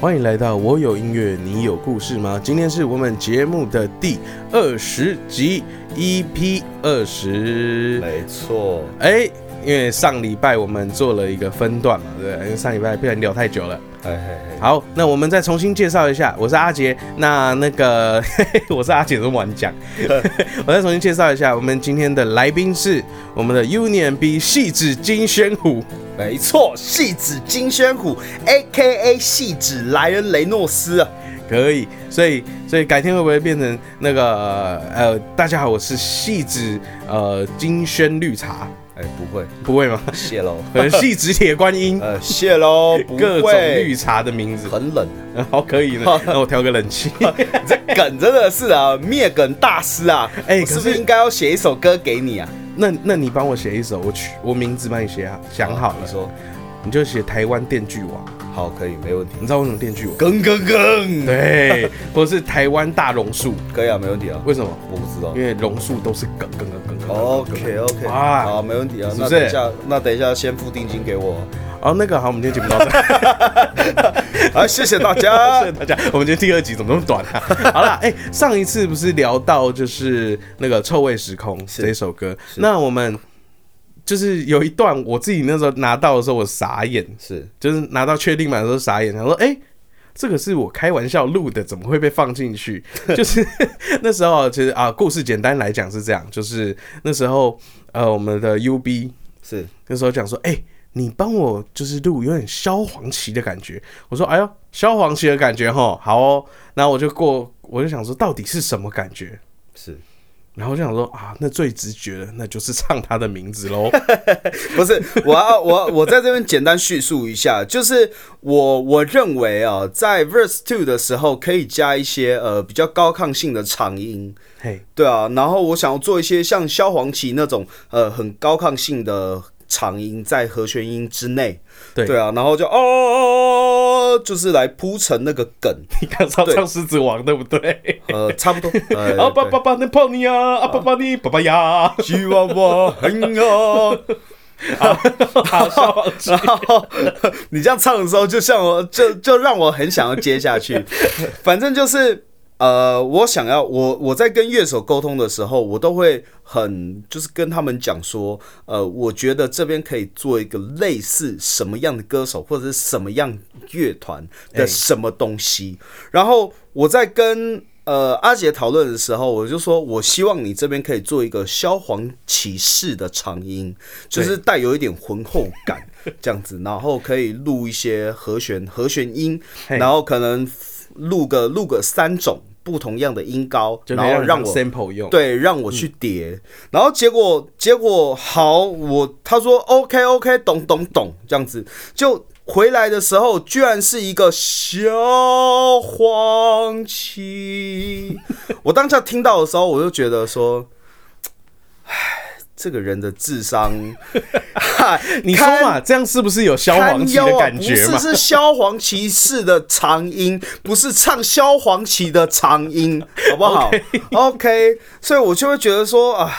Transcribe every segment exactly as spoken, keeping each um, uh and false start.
欢迎来到我有音乐，你有故事吗？今天是我们节目的第二十集 E P 二十， 没错。 哎，因为上礼拜我们做了一个分段嘛，对不对？因为上礼拜不然聊太久了。 嘿嘿好，那我们再重新介绍一下，我是阿杰。那那个我是阿杰，这么晚讲，我再重新介绍一下，我们今天的来宾是我们的 Union B 细子金宣虎。 没错，细子金宣虎 ，A K A 细子莱恩雷诺斯啊。 可以，所以所以改天会不会变成那个呃，大家好，我是细子呃金宣绿茶。 哎、欸，不会， 不会吗？ 谢喽。 可能细子铁观音， 呃，谢喽。 各种绿茶的名字， 很冷， 好，可以呢。那我调个冷气。 这梗真的是啊，灭梗大师啊！哎、欸，是不是应该要写一首歌给你啊？ 那那你帮我写一首，我曲我名字帮你写好，想好了。 你说， 你就写台湾电锯王。 好，可以，没问题。 你知道为什么电锯王？ 梗梗梗。 对，或是台湾大榕树。 可以啊，没问题啊。 为什么？ 我不知道。 因为榕树都是梗梗梗梗梗。 OK OK， 啊，好，没问题啊。 是不是？ 那等一下，那等一下先付定金给我。 哦，那个好，我们今天节目到这。 好，谢谢大家， 谢谢大家。我们今天第二集怎么那么短啊？好啦，哎、欸，上一次不是聊到就是那个《臭味时空》这首歌，那我们就是有一段我自己那时候拿到的时候，我傻眼， 是就是拿到确定版的时候傻眼，想说，哎、欸。这个是我开玩笑录的，怎么会被放进去？就是那时候，其实啊，故事简单来讲是这样，就是那时候，呃，我们的 U B 是那时候讲说，哎、欸，你帮我就是录有点萧煌奇的感觉。我说，哎呦，萧煌奇的感觉齁，好哦。然后我就过，我就想说，到底是什么感觉？ 是。 然后我就想说啊，那最直觉的，那就是唱他的名字喽。 不是，我要我我在这边简单叙述一下，就是我我认为啊，在 verse two 的时候可以加一些呃比较高亢性的长音， 嘿， 对啊，然后我想要做一些像萧煌奇那种呃很高亢性的长音在和弦音之内，对对啊，然后就哦，就是来铺成那个梗。 你刚才唱狮子王对不对？ 呃，差不多。 啊，爸爸爸，你泡你啊，啊，爸爸你爸爸呀， 希望我很啊。 好，好笑。 然后你这样唱的时候，就像我，就就让我很想要接下去。反正就是。呃，我想要我我在跟乐手沟通的时候，我都会很就是跟他们讲说，呃，我觉得这边可以做一个类似什么样的歌手或者是什么样乐团的什么东西。欸、然后我在跟呃阿杰讨论的时候，我就说我希望你这边可以做一个萧煌奇式的长音，就是带有一点浑厚感这样子，然后可以录一些和弦和弦音，然后可能录个录个三种。不同样的音高，然后让我 sample 用， 对，让我去叠，嗯、然后结果结果好，我他说 OK OK， 懂懂懂，这样子就回来的时候，居然是一个萧煌奇。我当下听到的时候，我就觉得说，唉。这个人的智商， 你说嘛，这样是不是有萧煌奇的感觉嘛？ 不是，是萧煌奇式的长音，不是唱萧煌奇的长音，好不好 ？OK，, okay 所以我就会觉得说啊，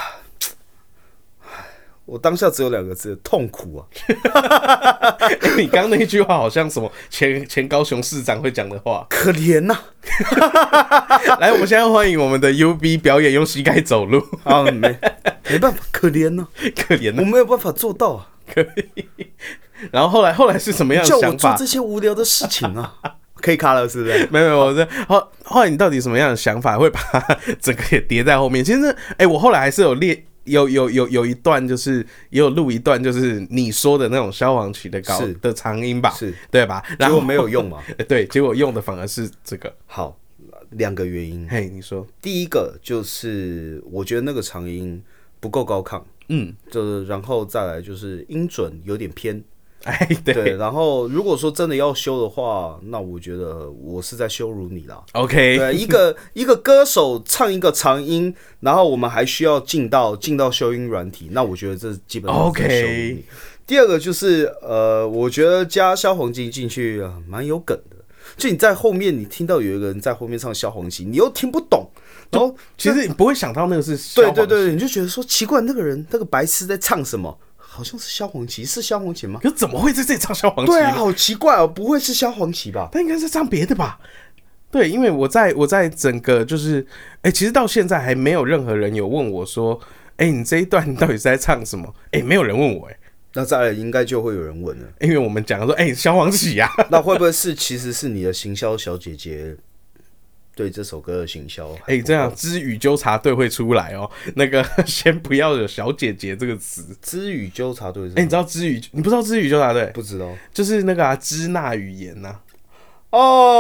我当下只有两个字：痛苦啊！ 欸、你刚刚那一句话好像什么前前高雄市长会讲的话， 可怜呐、 啊！来，我们现在欢迎我们的 U B 表演用膝盖走路啊，没没办法，可怜呐、啊， 可怜呐、啊， 我没有办法做到啊。 可以。然后后来后来是什么样的想法？ 叫我做这些无聊的事情啊。可以卡了，是不是？ 没有没有，我后后来你到底什么样的想法会把它整个也叠在后面？其实，哎、欸，我后来还是有列。有有有有一段就是也有录一段，就是你说的那种萧煌奇的高的长音吧， 是对吧？然后结果没有用嘛？ 对，结果用的反而是这个。 好，两个原因。 嘿，你说。 第一个就是我觉得那个长音不够高亢，嗯，就是然后再来就是音准有点偏。 哎，对, 对，然后如果说真的要修的话，那我觉得我是在羞辱你啦。 OK， 对，一个一个歌手唱一个长音，然后我们还需要进到进到修音软体，那我觉得这基本上是在羞辱你。Okay. 第二个就是呃，我觉得加萧煌奇进去啊，蛮有梗的。就你在后面，你听到有一个人在后面唱萧煌奇，你又听不懂，然后其实你不会想到那个是萧煌奇。 对对对，你就觉得说奇怪，那个人那个白痴在唱什么？ 好像是萧煌奇，是萧煌奇吗？ 可是怎么会在这里唱萧煌奇？ 对啊，好奇怪哦，不会是萧煌奇吧？ 他应该是唱别的吧？对，因为我在我在整个就是，哎、欸，其实到现在还没有任何人有问我说，哎、欸，你这一段你到底是在唱什么？哎、欸，没有人问我、欸，哎， 那再来应该就会有人问了， 因为我们讲说，哎、欸，萧煌奇啊， 那会不会是其实是你的行销小姐姐？对这首歌的行销， 哎、欸，这样知语纠察队会出来哦。那个先不要有小姐姐这个词。 知语纠察队是？哎、 欸，你知道知语？你不知道知语纠察队？ 不知道， 就是那个啊，支那语言呐、 啊。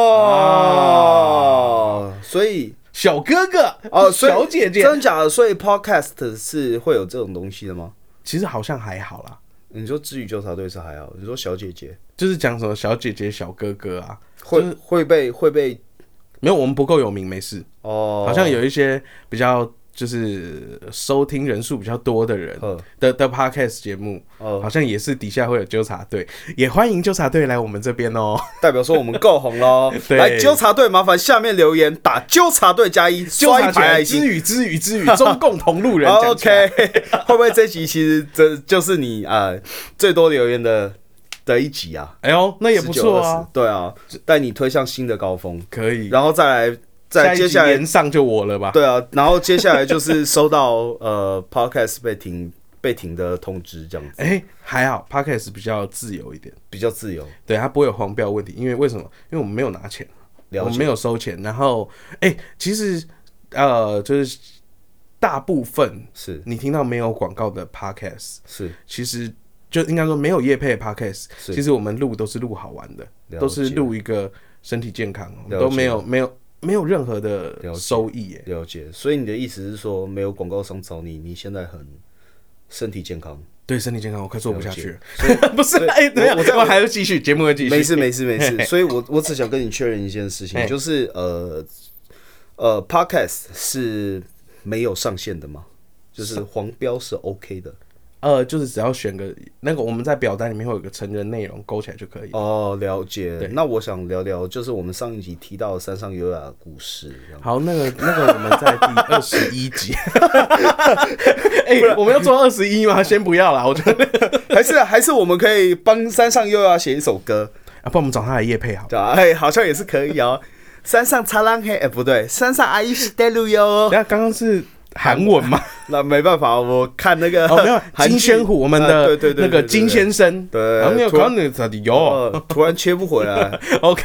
哦、啊，所以小哥哥哦， 小姐姐， 真假的？所以 podcast 是会有这种东西的吗？ 其实好像还好啦。 你说知语纠察队是还好，你说小姐姐就是讲什么小姐姐、小哥哥啊， 会、 就是、 会被会被。 没有，我们不够有名，没事。 哦， 好像有一些比较就是收听人数比较多的人的的 podcast 节目，好像也是底下会有纠察队，也欢迎纠察队来我们这边哦。 代表说我们够红喽。来纠察队，麻烦下面留言打纠察队加一，刷一排爱心。 知语知语知语，中共同路人。 OK， 会不会这集其实这就是你啊、呃、最多留言的？的一集啊， 哎呦，那也不错啊。 对啊，带你推向新的高峰， 可以。 然后再来，再接下来连上就我了吧？ 对啊，然后接下来就是收到呃 podcast 被停被停的通知，这样子。 哎、欸，还好 podcast 比较自由一点， 比较自由， 对，它不会有黄标问题。因为为什么？因为我们没有拿钱，我们没有收钱。然后，哎、欸，其实呃，就是大部分是你听到没有广告的 podcast， 是其实。就应该说没有业配的 podcast， 其实我们录都是录好玩的，都是录一个身体健康，都没有没有没有任何的收益耶。 了解，所以你的意思是说，没有广告商找你，你现在很身体健康？ 对，身体健康，我快做不下去了。不是，哎、欸，等一下，我我还要继续，节目会继续。 没事，没事，没事。所以我我只想跟你确认一件事情，就是呃呃 ，podcast 是没有上限的吗？就是黄标是 OK 的。 呃，就是只要选个那个，我们在表单里面会有个成人内容勾起来就可以。 哦，了解。那我想聊聊，就是我们上一集提到的山上优雅的故事。 好，那个那个我们在第二十一集。哎、欸，我们要做二十一吗？先不要啦，我觉得还是还是我们可以帮山上优雅写一首歌啊，不然我们找他来业配好。 对啊，哎、欸，好像也是可以哦。山上擦浪黑，哎、欸，不对，山上阿姨是带路哟。 等下刚刚是。韩文嘛， 那没办法，我看那个哦，没有金宣虎，我们的那个金先生， 对， 然后没有看那个有， 突然切不回来。 OK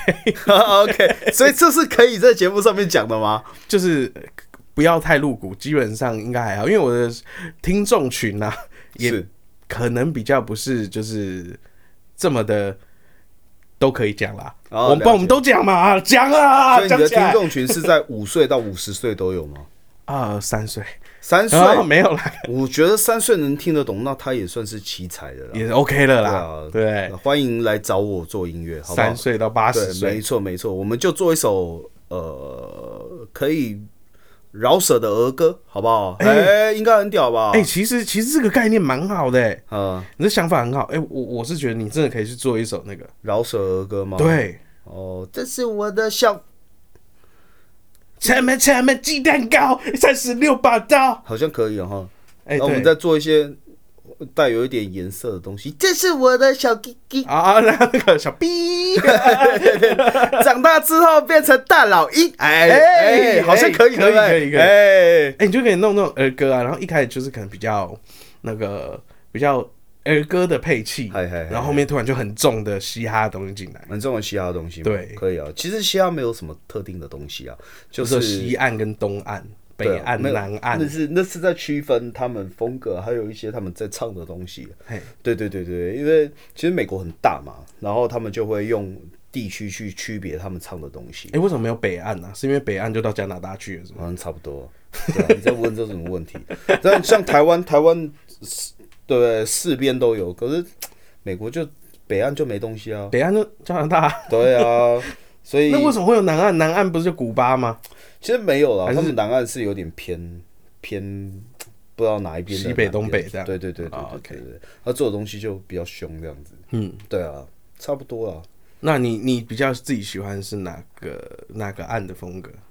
OK， 所以这是可以在节目上面讲的吗？ 就是不要太露骨，基本上应该还好，因为我的听众群啊，也可能比较不是就是这么的都可以讲啦。我们帮我们都讲嘛，讲啊！ 所以你的听众群是在五岁到五十岁都有吗？ 啊，三岁， 三岁、 哦、没有啦。 我觉得三岁能听得懂，那他也算是奇才的啦， 也 OK 了啦。对,、啊、 对，欢迎来找我做音乐，好不好？ 三岁到八十岁， 没错没错，我们就做一首呃可以饶舌的儿歌，好不好？哎、欸欸，应该很屌吧？ 哎、欸，其实其实这个概念蛮好的、欸， 嗯， 你的想法很好。哎、欸，我我是觉得你真的可以去做一首那个饶舌儿歌吗？ 对， 哦，这是我的小。 前面前面鸡蛋糕，三十六把刀， 好像可以哈。 哎、欸， 那我们再做一些带有一点颜色的东西。这是我的小鸡鸡啊，那个小 B， 长大之后变成大老鹰，哎哎、欸，好像可以， 可以，可以，可以。哎、 欸欸，你就可以弄那种儿歌啊，然后一开始就是可能比较那个比较。儿歌的配器，然后后面突然就很重的嘻哈的东西进来， 很重的嘻哈的东西， 对， 可以啊。其实嘻哈没有什么特定的东西啊，就是西岸跟东岸、北岸、南岸， 那是那是在区分他们风格，还有一些他们在唱的东西。对对对对，因为其实美国很大嘛，然后他们就会用地区去区别他们唱的东西。 哎、欸，为什么没有北岸呢、啊？是因为北岸就到加拿大去了，是吗？ 好像差不多。对啊、你在问这什么问题？但像台湾，台湾。对，四边都有，可是美国就北岸就没东西啊。 北岸就加拿大。 对啊，所以那为什么会有南岸？南岸不是就古巴吗？ 其实没有啦，他们南岸是有点偏偏，不知道哪一边的西北东北这样。 对对对对对、 oh, 对, 对, 对，他做的东西就比较凶这样子。嗯，对啊，差不多啦。 那你你比较自己喜欢是哪个哪个岸的风格？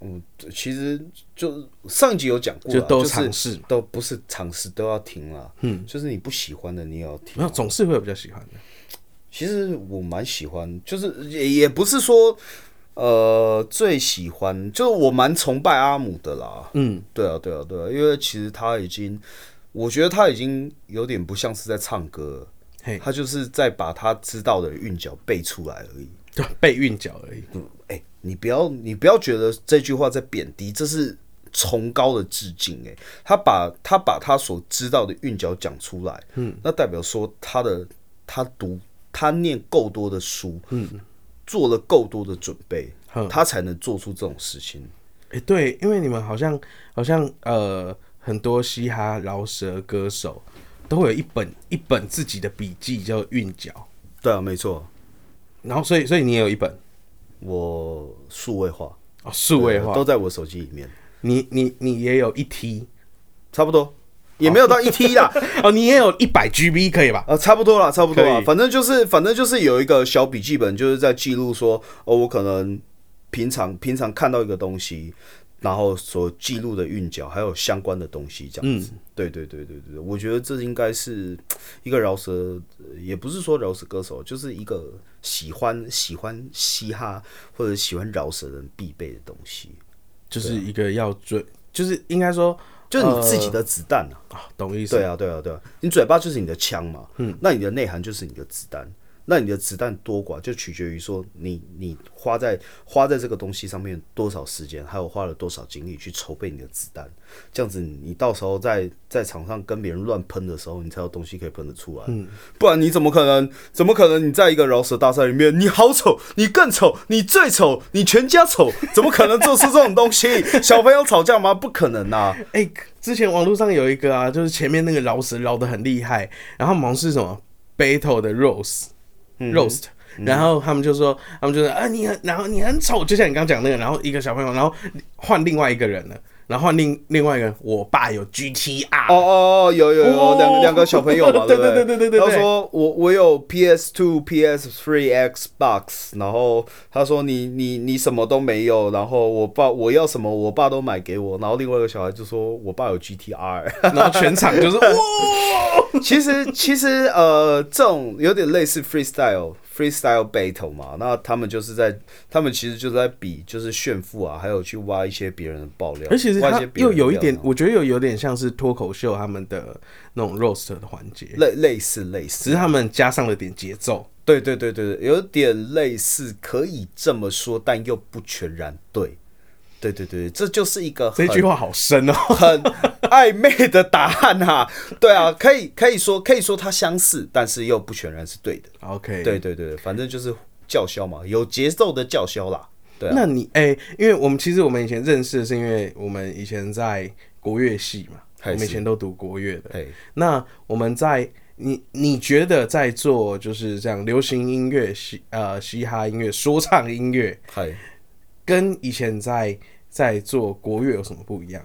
嗯，其实就上一集有讲过， 就都尝试、 就是，都不是尝试都要听啦。嗯，就是你不喜欢的你也要听， 没有总是会有比较喜欢的。 其实我蛮喜欢，就是也也不是说呃最喜欢，就是我蛮崇拜阿姆的啦。嗯，对啊，对啊，对啊，因为其实他已经，我觉得他已经有点不像是在唱歌了，他就是在把他知道的韵脚背出来而已， 对，背韵脚而已。 嗯，哎、欸，你不要你不要觉得这句话在贬低，这是崇高的致敬。哎，他把他把他所知道的韵脚讲出来，嗯，那代表说他的他读。他念够多的书，嗯，做了够多的准备，嗯，他才能做出这种事情。 哎、欸，对，因为你们好像好像呃，很多嘻哈饶舌歌手都会有一本一本自己的笔记叫韵脚。 对啊，没错。 然后，所以所以你也有一本， 我数位化哦，数位化都在我手机里面。 你你你也有一 T， 差不多。也没有到一 T 啦， 哦，你也有一百 G B 可以吧？ 呃，差不多啦，差不多啦。反正就是，反正就是有一个小笔记本，就是在记录说，哦，我可能平常平常看到一个东西，然后所记录的韵脚，还有相关的东西，这样子。嗯、对对对对对，我觉得这应该是一个饶舌，也不是说饶舌歌手，就是一个喜欢喜欢嘻哈或者喜欢饶舌的人必备的东西， 就是一个要准，就是应该说。 就是你自己的子弹啊， 呃、懂意思？ 对啊，对啊，对啊，你嘴巴就是你的枪嘛，嗯，那你的内涵就是你的子弹，那你的子弹多寡就取决于说你你花在花在这个东西上面多少时间，还有花了多少精力去筹备你的子弹，这样子你到时候在在场上跟别人乱喷的时候，你才有东西可以喷得出来，嗯，不然你怎么可能怎么可能你在一个饶舌大赛里面，你好丑，你更丑，你最丑，你全家丑，怎么可能做出这种东西？小朋友吵架吗？不可能啊！ 哎、欸，之前网络上有一个啊，就是前面那个饶舌饶得很厉害，然后好像是什么 battle 的 roast。roast，、嗯、然后他们就说，他们就说啊，你很，然后你很丑，就像你刚讲那个，然后一个小朋友，然后换另外一个人了，然后换另另外一个人，我爸有 G T R， 哦哦，有有有两两、哦、个小朋友嘛，对不对？对对对对对。他说我我有 P S 二、P S 三、Xbox， 然后他说你你你什么都没有，然后我爸我要什么，我爸都买给我，然后另外一个小孩就说我爸有 G T R， 然后全场就是哇。 其实其实呃，这种有点类似 freestyle freestyle battle 嘛，那他们就是在他们其实就是在比就是炫富啊，还有去挖一些别人的爆料， 而且他又有一点，我觉得又有点像是脱口秀他们的那种 roast 的环节， 类类似类似， 只是他们加上了点节奏。 对对对对对，有点类似，可以这么说，但又不全然对。对对对，这就是一个这句话好深哦， 很暧昧的答案啊。对啊，可以可以说可以说它相似，但是又不全然是对的。 OK， 对对对，反正就是叫嚣嘛，有节奏的叫嚣啦。对啊， 那你哎、欸，因为我们其实我们以前认识的是因为我们以前在国乐系嘛，我们以前都读国乐的。那我们在你你觉得在做就是这样流行音乐、嘻呃嘻哈音乐、说唱音乐，跟以前在在做国乐有什么不一样？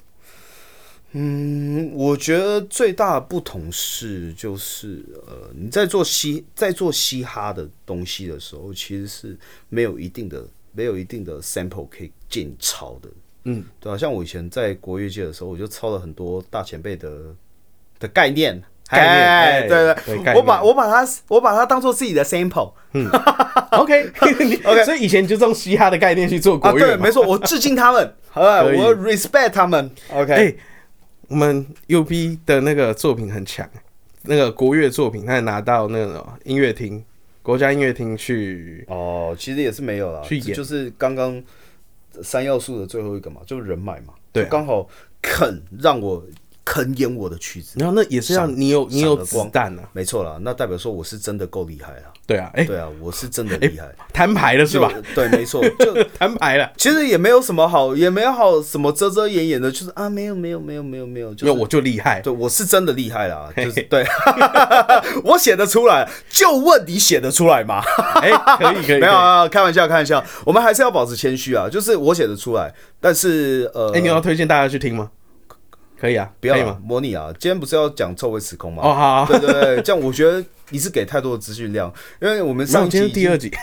嗯，我觉得最大的不同是，就是呃，你在做嘻在做嘻哈的东西的时候，其实是没有一定的没有一定的 sample 可以借你抄的。嗯，对啊，像我以前在国乐界的时候，我就抄了很多大前辈的的概念。 概念， 哎，对 对, 對，我把我把它我把它当做自己的 sample， 嗯 ，OK OK， 所以以前你就用嘻哈的概念去做国乐、啊， 对，没错，我致敬他们，我 respect 他们 ，OK， 哎、欸，我们 U B 的那个作品很强，那个国乐作品，他也拿到那个音乐厅，国家音乐厅去， 哦，其实也是没有啦，去演，就是刚刚三要素的最后一个嘛，就是人脉嘛，对、啊，刚好肯让我。肯演我的曲子， 然后那也是要你有你有子弹啊， 没错啦，那代表说我是真的够厉害啦。 对啊，哎、欸， 对啊，我是真的厉害， 摊牌了是吧？ 对，没错，就摊牌了。 其实也没有什么好，也没有好什么遮遮掩掩的，就是啊，没有没有没有没有没有， 就是我就厉害， 对，我是真的厉害啦，就是对，我写得出来，就问你写得出来吗？ 哎、欸，可以可以， 没有啊，开玩笑开玩笑，我们还是要保持谦虚啊，就是我写得出来，但是呃， 哎、欸，你要推荐大家去听吗？可以啊， 不要可以吗？ 模拟啊！今天不是要讲臭味时空吗？ 哦，好，好， 对对对，这样我觉得你是给太多的资讯量，因为我们上一集第二集讲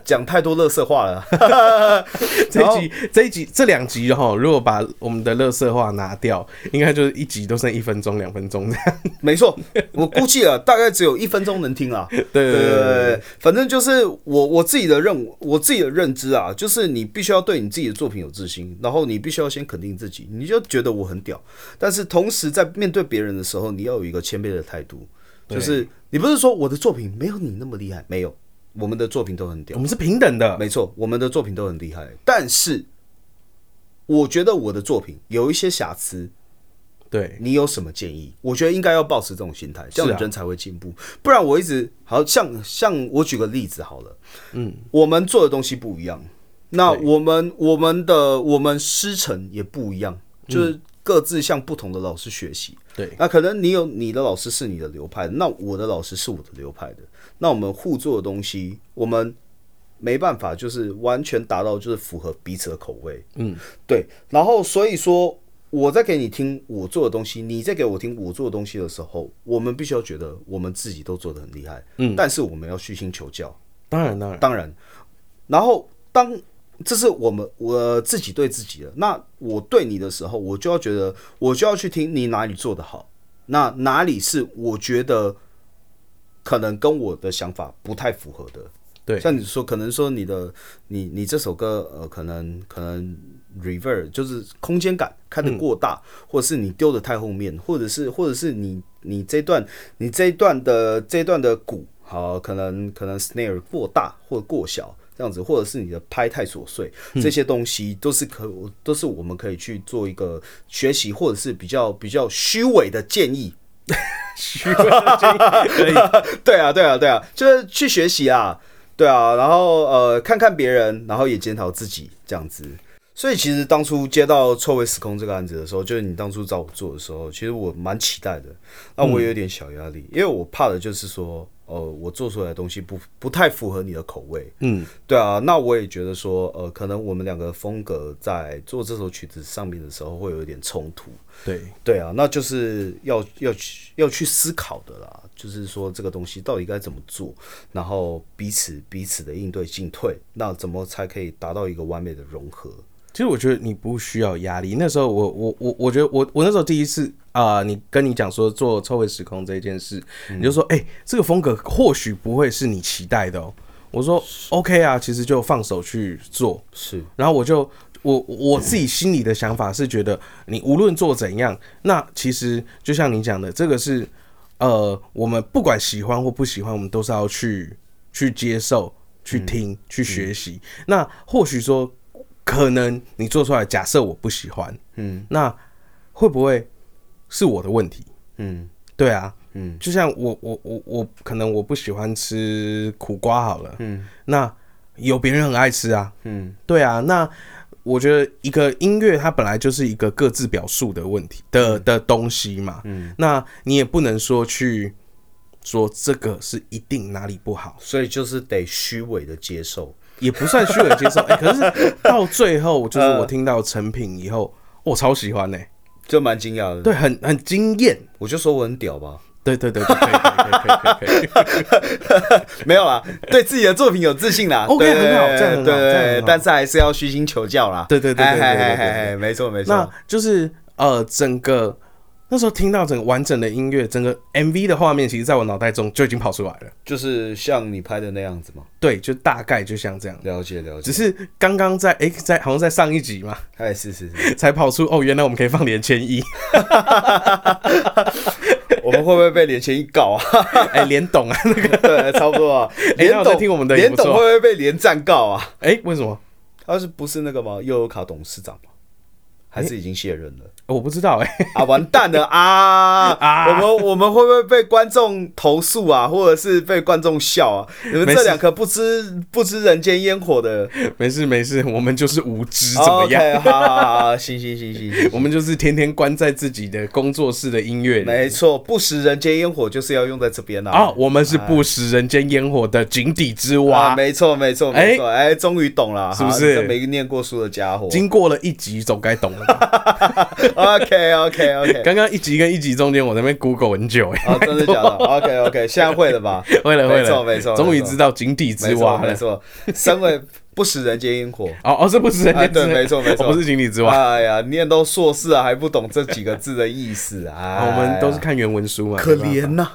讲太多垃圾话了。 这一集这一集这两集哈，如果把我们的垃圾话拿掉，应该就是一集都剩一分钟两分钟这样。 没错，我估计了，大概只有一分钟能听啦。 对对对 对, 对, 对， 反正就是我我自己的认我自己的认知啊，就是你必须要对你自己的作品有自信，然后你必须要先肯定自己，你就觉得我很屌，但是同时在面对别人的时候，你要有一个谦卑的态度，就是你不是说我的作品没有你那么厉害，没有。我们的作品都很屌， 我们是平等的， 没错，我们的作品都很厉害。但是，我觉得我的作品有一些瑕疵， 对你有什么建议？我觉得应该要保持这种心态，这样人才会进步。不然我一直好像像我举个例子好了，嗯，我们做的东西不一样，那我们我们的我们师承也不一样，就是各自向不同的老师学习。 对， 那可能你有你的老师是你的流派的，那我的老师是我的流派的。那我们互做的东西，我们没办法就是完全达到就是符合彼此的口味，嗯，对。然后所以说，我在给你听我做的东西，你在给我听我做的东西的时候，我们必须要觉得我们自己都做得很厉害，嗯，但是我们要虚心求教， 当然当然当然。然后当这是我们我自己对自己的，那我对你的时候，我就要觉得我就要去听你哪里做得好，那哪里是我觉得可能跟我的想法不太符合的。 对， 像你说，可能说你的你你这首歌呃，可能可能 reverb 就是空间感开得过大，嗯、或者是你丢的太后面，或者是或者是你你这段你这一段的这一段的鼓，好，可能可能 snare 过大或者过小。这样子，或者是你的拍太琐碎，这些东西都是可都是我们可以去做一个学习，或者是比较比较虚伪的建议。 虚伪的建议可以， 对啊，对啊，对啊，就是去学习啊，对啊，然后呃看看别人，然后也检讨自己，这样子。所以其实当初接到《臭味时空》这个案子的时候，就是你当初找我做的时候，其实我蛮期待的。那我也有点小压力，因为我怕的就是说，呃，我做出来的东西不不太符合你的口味。嗯，对啊。那我也觉得说，呃，可能我们两个风格在做这首曲子上面的时候会有一点冲突。 对， 对啊，那就是要要去要去思考的啦。就是说这个东西到底该怎么做，然后彼此彼此的应对进退，那怎么才可以达到一个完美的融合？ 其实我觉得你不需要压力。那时候我我我我觉得我我那时候第一次啊、呃，你跟你讲说做臭味时空这件事，嗯、你就说哎、欸，这个风格或许不会是你期待的哦。我说 OK 啊，其实就放手去做。 是， 然后我就我我自己心里的想法是觉得，你无论做怎样，那其实就像你讲的，这个是呃，我们不管喜欢或不喜欢，我们都是要去去接受、去听、嗯、去学习。嗯、那或许说。可能你做出来，假设我不喜欢，嗯，那会不会是我的问题？嗯，对啊，嗯，就像我我我我可能我不喜欢吃苦瓜好了，嗯，那有别人很爱吃啊，嗯，对啊，那我觉得一个音乐它本来就是一个各自表述的问题的的东西嘛，嗯，那你也不能说去说这个是一定哪里不好， 所以就是得虚伪的接受。 也不算虚伪接受，哎、欸，可是到最后，就是我听到成品以后，我超喜欢呢、欸， 就蛮惊讶的， 对，很很惊艳。 我就说我很屌吧， 对对对，可以可以可以可以可以， 没有啦，对自己的作品有自信啦 ，OK， 很好，这样很好， 对对对，但是还是要虚心求教啦， 对对对对对对对， 没错没错， 那就是呃整个。那时候听到整个完整的音乐，整个 M V 的画面，其实在我脑袋中就已经跑出来了， 就是像你拍的那样子吗？ 对，就大概就像这样。 了解了解。 只是刚刚在哎、欸，在好像在上一集嘛， 哎是是是， 才跑出哦，原来我们可以放连千亿。 我们会不会被连千亿告啊？ 哎、欸，连董啊，那个对，差不多啊。连董、 欸、听我们的， 连董会不会被连战告啊？ 哎、欸，为什么？ 他是不是那个吗？悠游卡董事长吗？还是已经卸任了？欸、 我不知道哎、欸、 啊，完蛋了啊！啊我们我们会不会被观众投诉啊，或者是被观众笑啊？你们这两颗不知不知人间烟火的， 没事没事，我们就是无知，怎么样？ okay, 好好好，行行行行行， 我们就是天天关在自己的工作室的音乐里。 没错，不食人间烟火就是要用在这边啊！ 啊，我们是不食人间烟火的井底之蛙。 啊、没错没错没错，哎、欸，终于懂了， 是不是？ 没念过书的家伙， 经过了一集，总该懂了。 OK OK OK， 刚刚一集跟一集中间我在那边 Google 很久哎、 哦，真的假的 ？OK OK， 现在会了吧？ 会了会了， 没错没错， 终于知道井底之蛙了。 没错，身为不食人间烟火。 哦哦，这不是人间之对，没错没错， 我不是井底之蛙。 哎呀，念都硕士啊，还不懂这几个字的意思啊？ 我们都是看原文书嘛， 可怜呐。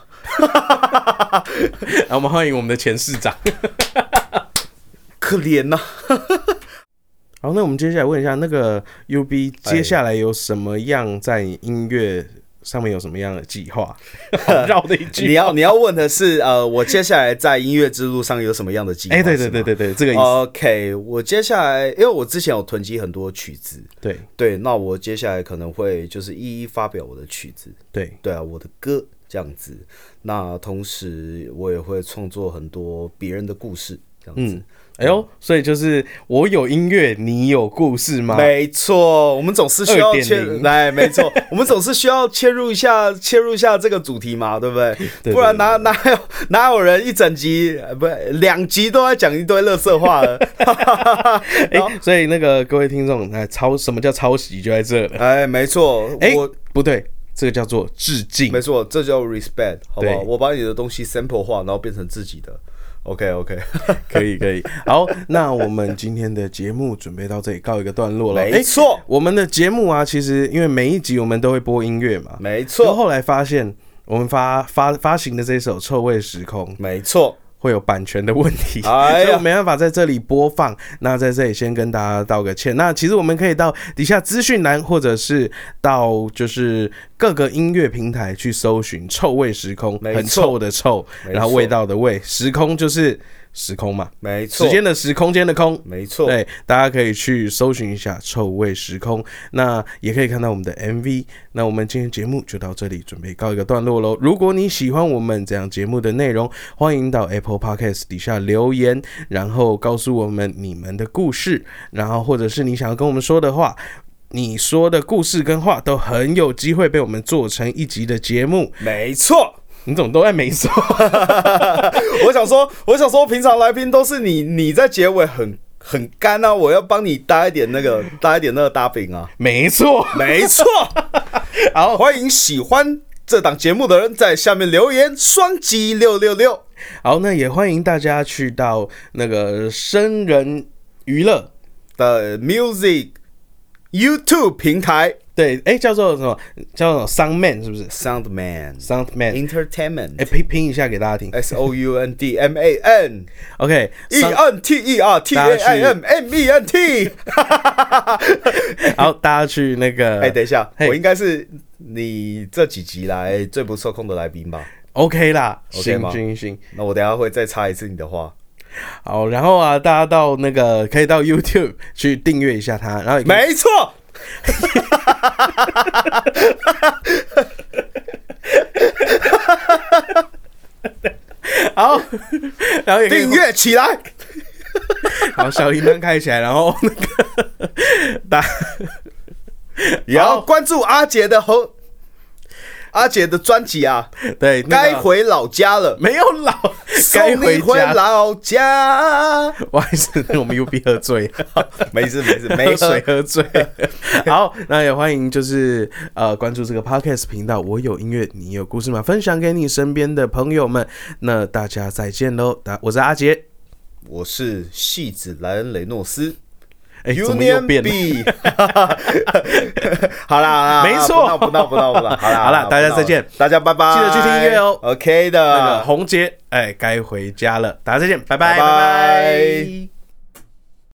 然后我们欢迎我们的前市长。 可怜呐。 好，那我们接下来问一下，那个 U B 接下来有什么样在音乐上面有什么样的计划？好绕的一句。 你要你要问的是，呃，我接下来在音乐之路上有什么样的计划？ 哎、欸，对对对对对，这个意思。 OK， 我接下来，因为我之前有囤积很多曲子， 对对，那我接下来可能会就是一一发表我的曲子， 对对啊，我的歌这样子。那同时我也会创作很多别人的故事，这样子。嗯哎呦，所以就是我有音乐，你有故事吗？ 没错，我们总是需要切来，没错，我们总是需要切入一下，切入一下这个主题嘛，对不对？对，不然哪哪有哪有人一整集不两集都在讲一堆垃圾话了？ 哎、欸，所以那个各位听众，哎，抄什么叫抄袭就在这了。 哎，没错， 哎、欸，不对，这个叫做致敬。 没错，这叫 respect， 好不好？我把你的东西 sample 化，然后变成自己的。OK OK， 可以可以，好，那我们今天的节目准备到这里告一个段落了。 没错、欸， 我们的节目啊，其实因为每一集我们都会播音乐嘛， 没错。 后来发现我们发发发行的这首《臭味时空》， 没错。 会有版权的问题， 哎、 所以我没办法在这里播放。那在这里先跟大家道个歉。那其实我们可以到底下资讯栏，或者是到就是各个音乐平台去搜寻《臭味时空》，很臭的臭，然后味道的味，时空就是时空嘛， 没错， 时间的时，空间的空， 没错。 对，大家可以去搜寻一下《臭味时空》，那也可以看到我们的 M V。那我们今天节目就到这里，准备告一个段落喽。如果你喜欢我们这样节目的内容，欢迎到 Apple Podcast 底下留言，然后告诉我们你们的故事，然后或者是你想要跟我们说的话。你说的故事跟话都很有机会被我们做成一集的节目。 没错。 你怎么都在没说？ 我想说，我想说，平常来宾都是你，你在结尾很很干啊，我要帮你搭一点那个，搭一点那个搭饼啊。 没错， 没错。好，欢迎喜欢这档节目的人在下面留言，双击六六六。 好，那也欢迎大家去到那个生人娱乐的 Music YouTube 平台。 对，哎、欸，叫做什么？叫做 Soundman 是不是 ？Soundman Soundman Entertainment。 哎、欸，拼拼一下给大家听。 S O U N D M A N OK E N T E R T A I M M E N T。 好，大家去那个。 哎、欸，等一下，我应该是你这几集来最不受控的来宾吧 ？OK 啦， OK 吗？ 行行行， 那我等一下会再插一次你的话。 好，然后啊，大家到那个可以到 YouTube 去订阅一下它，然后没错。 好，然后也订阅起来。 好，小铃铛开起来，然后那个大也要关注阿杰的猴。阿姐的专辑啊， 对， 该、那个、回老家了， 没有老，该回家。 回老家。 不好意思，我们 U B 喝醉， 没事没事，没喝水喝醉。好，那也欢迎就是呃关注这个 Podcast 频道，我有音乐，你有故事吗？分享给你身边的朋友们。那大家再见喽，我是阿杰， 我是戏子莱恩雷诺斯。 哎、欸，怎么又变了？ 好啦好啦， 没错， 不闹不闹不闹，好啦好啦，大家再见， 大家拜拜， 记得去听音乐哦。 OK 的， 那个红杰，哎，该回家了，大家再见，拜拜拜拜。